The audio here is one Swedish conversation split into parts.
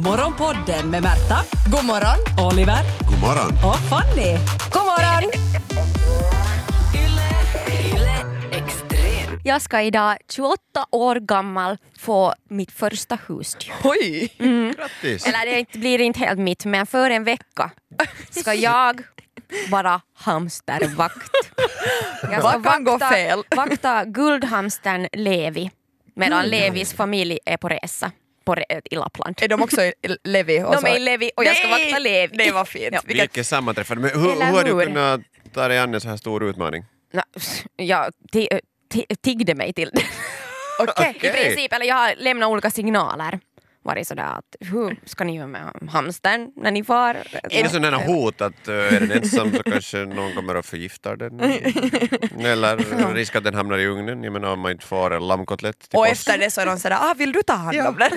Morgonpodden med Märta. God morgon. Oliver. God morgon. Och Fanny. God morgon. Jag ska idag 28 år gammal få mitt första husdjur. Oj. Grattis. Eller det blir inte helt mitt, men för en vecka ska jag vara hamstervakt. Jag Vad kan gå fel? vakta guldhamstern Levi, medan Levis familj är på resa i Lappland. Är de också i Levi? De är i Levi och jag ska vakta Levi. Det var fint. Ja. Vilket sammanträffande. Men hur Eller har du hur? kunnat ta dig an en så här stor utmaning? Jag tiggde mig till det. Okej. I princip, eller jag har lämnat olika signaler. Varit sådär att hur ska ni göra med hamstern när ni far? Är det sådana hot att är den ensam så kanske någon kommer och förgiftar den? Eller risk att den hamnar i ugnen? Jag menar om man inte får en lammkotlett till Och posten. efter det så är de sådär, vill du ta hand om den?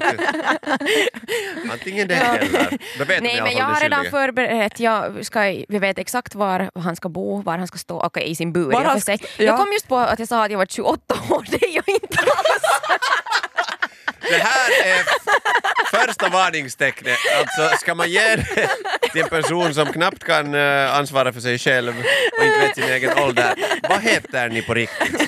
Antingen det eller. Då vet Nej, de i alla men fall jag har det redan skyldiga. förberett. Vi vet exakt var han ska bo, var han ska stå. Okej, i sin bur. Var han Jag ja. kom just på att jag sa att jag var 28 år. Det är jag inte alls. Det här är första varningstecknet. Alltså ska man ge det till en person som knappt kan ansvara för sig själv och inte vet sin egen ålder. Vad heter ni på riktigt?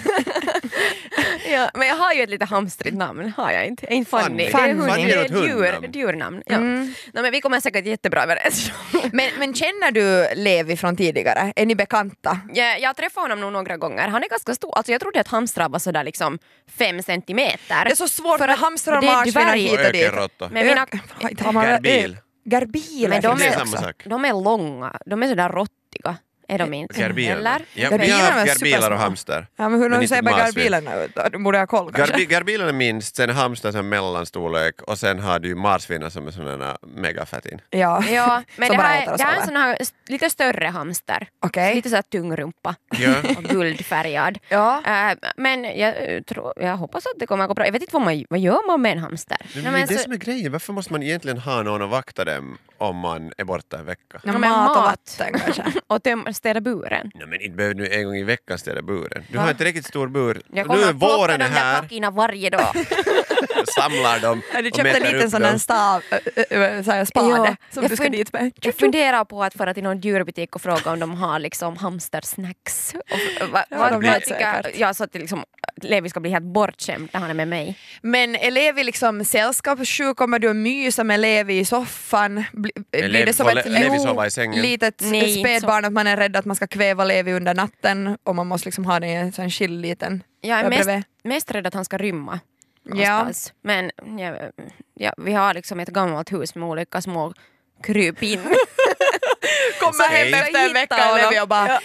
Ja, men jag har ju ett lite hamstrigt namn, har jag inte? Inte Fanny. Fanny. Det är hund- Fanny är det är ett hundnamn. ett djurnamn. Ja. Nej, men vi kommer säkert jättebra överens. Men känner du Levi från tidigare? Är ni bekanta? Jag träffade honom nog några gånger. Han är ganska stor. Alltså jag trodde att hamstrar var sådär liksom 5 centimeter. Det är så svårt För med att hamstrar och det är marsvin dvärg. hit och dit. Ökenråtta. Men mina, Gerbil. Gerbiler. men de det är är, samma sak. de är långa. De är sådär råttiga. Är de inte? Gerbiler. Eller? Ja, vi Gerbilerna har är haft gerbiler supersmå. och hamster. Ja, men hur Men de inte säger bara marsvin. gerbilerna ut då? Borde jag kolla kanske? Gerbilen är minst, sen hamster som mellanstorlek och sen har du ju marsvinen som är sådana megafattin. Ja, Ja, men som det bara här, äter oss det här är alla. en sån här lite större hamster. Okej. Lite såhär tung rumpa. Ja. Och guldfärgad. Ja. Men jag hoppas att det kommer att gå bra. Jag vet inte vad gör man med en hamster? Men Nej, det är men det så- som är grejen, varför måste man egentligen ha någon att vakta dem om man är borta en vecka? Ja, men mat och mat. vatten kanske. Och städa buren. Nej, men inte behöver du en gång i veckan städa buren. Du har en tillräckligt stor bur. Jag Nu kommer är att plocka våren de är där här, kackina varje dag. samlar dem Ja, du och köpte mäter en liten upp sån dem. där stav, så här spade Ja, som jag du ska dit med. Jag funderar på att föra till någon djurbutik och fråga om de har liksom hamstersnacks. Och, Ja, de vet tycker säkert. jag så att liksom, Levi ska bli helt bortskämd när han är med mig. Men är Levi liksom sällskapssjuk? Kommer du att mysa med Levi i soffan? Blir det som ett Levi sova i sängen? litet Nej, inte spädbarn att man är rädd att man ska kväva Levi under natten och man måste liksom ha det i en sån chill liten Jag är bredvid? mest rädd att han ska rymma. Ja. Någonstans. Men vi har liksom ett gammalt hus med olika små krypin. Kommer hem Okej. efter en vecka och Levi och bara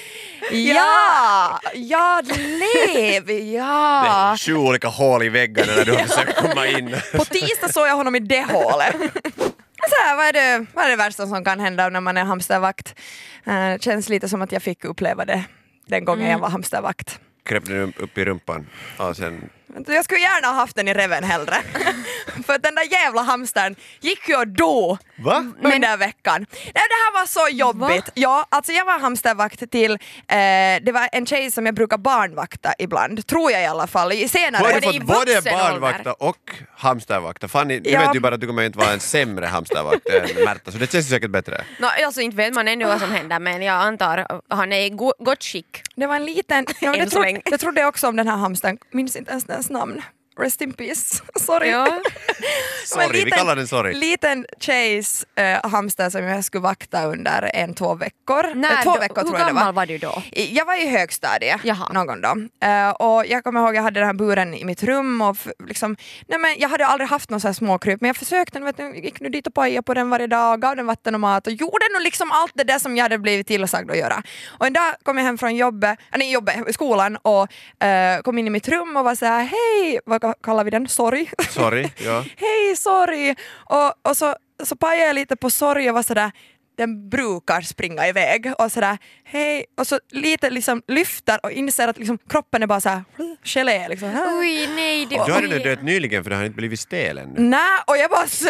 ja, Levi, Det ja. är 7 olika hål i väggarna där du har försökt komma in. På tisdag såg jag honom i det hålet. Så här, vad är det värsta som kan hända när man är hamstervakt? Det känns lite som att jag fick uppleva det den gången jag var hamstervakt. Kröp den upp i rumpan och sen... Jag skulle gärna ha haft den i reven hellre. För att den där jävla hamstern gick ju och dog Va? under veckan. Nej, det här var så jobbigt. Va? Ja, alltså jag var hamstervakt till, det var en tjej som jag brukar barnvakta ibland, tror jag i alla fall. Senare. Har det du i fått både vuxen barnvakta och hamstervakta? Fanny, du Ja. vet ju bara att du kommer inte vara en sämre hamstervakt än Märta, så det känns säkert bättre. Alltså inte vet man ännu vad som händer, men jag antar han är i gott skick. Det var en liten, ja, Än så länge. jag trodde också om den här hamstern, minns inte ens dess namn. Rest in peace, sorry. Ja. Sorry, vi kallar den sorry. Liten tjejs hamster som jag skulle vakta under 1-2 veckor. 2 veckor hur tror jag det gammal var. var du då? Jag var i högstadiet Jaha. någon dag. Och jag kommer ihåg jag hade den här buren i mitt rum och liksom, nej men jag hade aldrig haft någon så här småkryp men jag försökte, vet du, gick nu dit och pajade på den varje dag, gav den vatten och mat och gjorde nog liksom allt det där som jag hade blivit tillsagd att göra. Och en dag kom jag hem från skolan och kom in i mitt rum och var så här: hej, vad kallar vi den? Sorry. Sorry, ja. Hej, sorry. Och så pajade jag lite på sorry och var sådär, den brukar springa iväg och sådär, hej, och så lite liksom lyfter och inser att liksom kroppen är bara såhär gelé liksom. Oj, nej. Du har den dött nyligen för det har inte blivit stel ännu. Nej, och jag bara släpper ner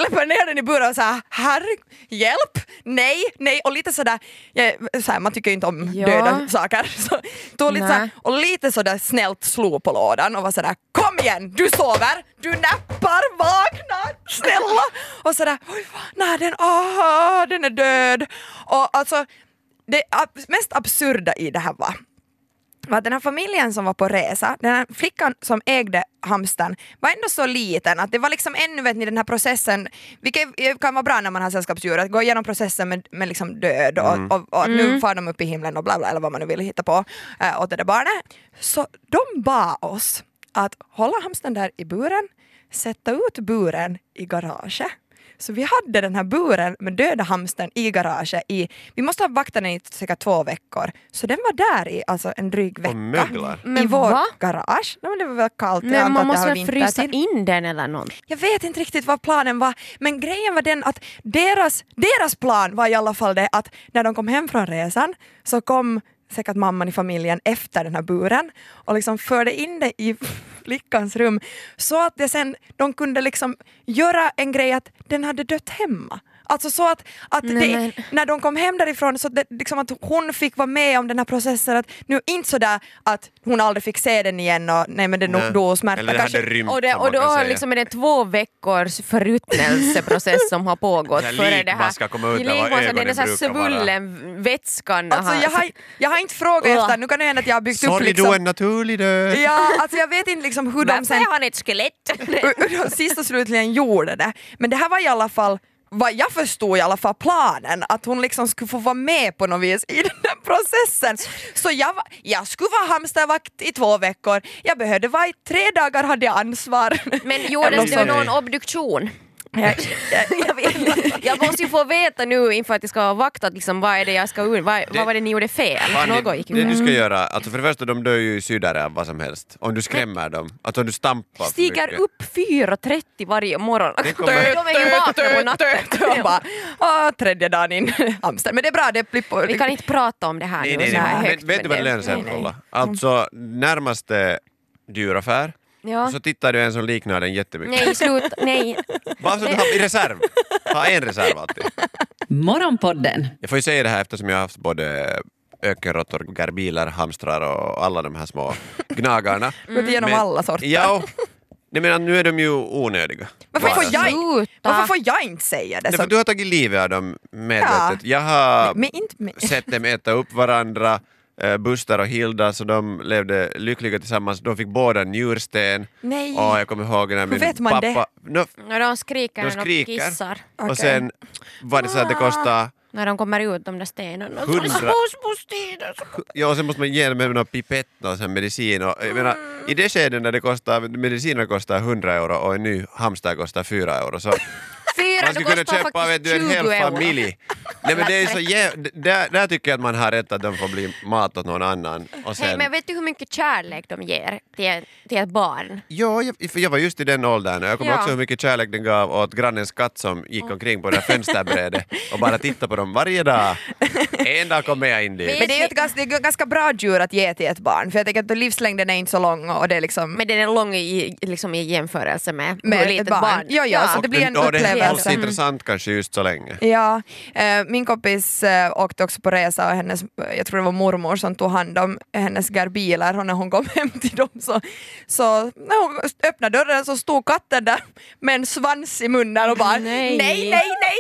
den i buren och såhär, hjälp, nej och lite sådär, såhär man tycker ju inte om döda saker så tog lite såhär, och lite sådär snällt slog på lådan och var sådär, kom igen, du sover, du nappar, vakna, snälla och sådär, nej den är död och alltså det mest absurda i det här var att den här familjen som var på resa, den här flickan som ägde hamstern var ändå så liten att det var liksom ännu vet ni den här processen, vilket kan vara bra när man har sällskapsdjur, att gå igenom processen med liksom död och nu far de upp i himlen och bla bla eller vad man nu vill hitta på åt det där barnet. Så de bad oss att hålla hamstern där i buren, sätta ut buren i garaget. Så vi hade den här buren med döda hamstern i garaget vi måste ha vaktat den i cirka 2 veckor. Så den var där i alltså en dryg vecka. Och möglar. I vår garage. Men det var väl kallt. Men man måste väl frysa in den eller något. Jag vet inte riktigt vad planen var. Men grejen var den att deras plan var i alla fall det att när de kom hem från resan så kom säkert mamman i familjen efter den här buren och liksom förde in det i flickans rum så att det sen de kunde liksom göra en grej att den hade dött hemma. Alltså så att när de kom hem därifrån så det, liksom att hon fick vara med om den här processen att nu inte sådär att hon aldrig fick se den igen och nej men det nog då smärta eller det kanske. hade rymt, och då liksom är det 2 veckors förruttnelseprocess som har pågått före det här. Ska komma ut där vad ögonen det är så här svullen vätskan. Alltså jag har inte frågat efter, nu kan det hända att jag har byggt upp liksom. Sorry, du är en naturlig död. Ja, alltså jag vet inte liksom hur de sen har ett skelett. hur de sist och slutligen gjorde det. Men det här var i alla fall vad jag förstod i alla fall planen att hon liksom skulle få vara med på något vis i den här processen. Så jag skulle vara hamstervakt i 2 veckor. Jag behövde vara i 3 dagar hade jag ansvar. Men gjordes det någon obduktion? Jag måste ju få veta nu inför att det ska vara vaktat liksom, vad är det jag ska vad var det ni gjorde fel? Det du ska göra, alltså för det första de dör ju i sydare av vad som helst. Om du skrämmer dem, alltså om du stampar stiger för mycket. upp 4:30 varje morgon. Det kommer- De är ju vakna på natten. Och bara, 3:e dagen in hamster. Men det är bra, det blir på. Vi kan inte prata om det här Nej, nu så här högt. vet du vad det lönar sig att kolla? Alltså närmaste djuraffär Ja. så tittar du en som liknar den jättemycket. Nej, slut. Nej. Bara så du har i reserv. Ha en reserv alltid. Morgonpodden. Jag får ju säga det här eftersom jag har haft både ökenråttor, garbiler, hamstrar och alla de här små gnagarna. Gått igenom alla sorter. Ja, nej men nu är de ju onödiga. Varför Bara. får jag inte säga det? Därför att du har tagit livet av dem medvetet. Jag har Men inte sett dem äta upp varandra, Buster och Hilda, så de levde lyckliga tillsammans. De fick båda njursten. Nej. Och jag kommer ihåg när min vet man pappa... De skriker när de skriker. kissar. Och sen var det så att det kostade... När de kommer ut de där stenarna. 100. Ja, och sen måste man ge dem med någon pipett och sen medicin. Och, jag menar, i det skedet när mediciner kostar 100 euro och en ny hamster kostar 4 euro. Så man skulle kunna köpa en hel familj. Nej, men det är så där tycker jag att man har rätt att de får bli mat åt någon annan. Och sen... Hej, men vet du hur mycket kärlek de ger till ett barn? Ja, jag var just i den åldern. Jag kommer också hur mycket kärlek den gav åt grannens katt som gick omkring på det här fönsterbrädet och bara tittade på dem varje dag. En dag kommer jag in dit. Men det är ju ett ganska bra djur att ge till ett barn. För jag tänker att livslängden är inte så lång och det är liksom... Men den är lång i jämförelse med Med litet ett barn. Ja, så det blir en upplevelse. Det hålls intressant kanske just så länge. Ja, min kompis åkte också på resa och jag tror det var mormor som tog hand om hennes garbiler och när hon kom hem till dem så när hon öppnade dörren så stod katten där med en svans i munnen och bara nej,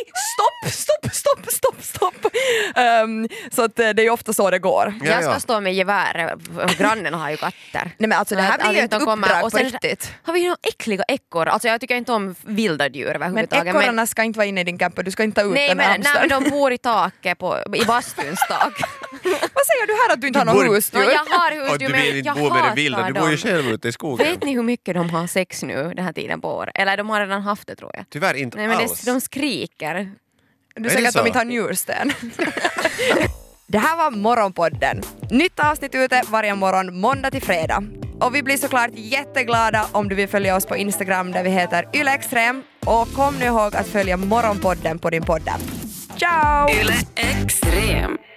stopp. Så att det är ju ofta så det går. Ja, jag ska stå med gevär, grannen har ju katter. Nej men alltså det här blir ju ett uppdrag och på sen riktigt. har vi några äckliga ekorrar, alltså jag tycker inte om vilda djur Men överhuvudtaget. ekorrarna ska inte vara inne i din camper, du ska inte ta ut den här hamstern. Nej, men de bor i taket i bastuns tak. Vad säger du här att du inte har någon husdjur? Jag har Och husdjur du men vill inte jag bo med det hatar vilda, du bor ju dem. själv ute i skogen. Vet ni hur mycket de har sex nu den här tiden på året? Eller de har redan haft det tror jag. Tyvärr inte Nej, men alls. de skriker. Du säger att de inte har njursten. Det här var Morgonpodden. Nytt avsnitt ute varje morgon måndag till fredag. Och vi blir såklart jätteglada om du vill följa oss på Instagram där vi heter YleExtrem. Och kom nu ihåg att följa Morgonpodden på din podd. Ciao! Yle Extrem.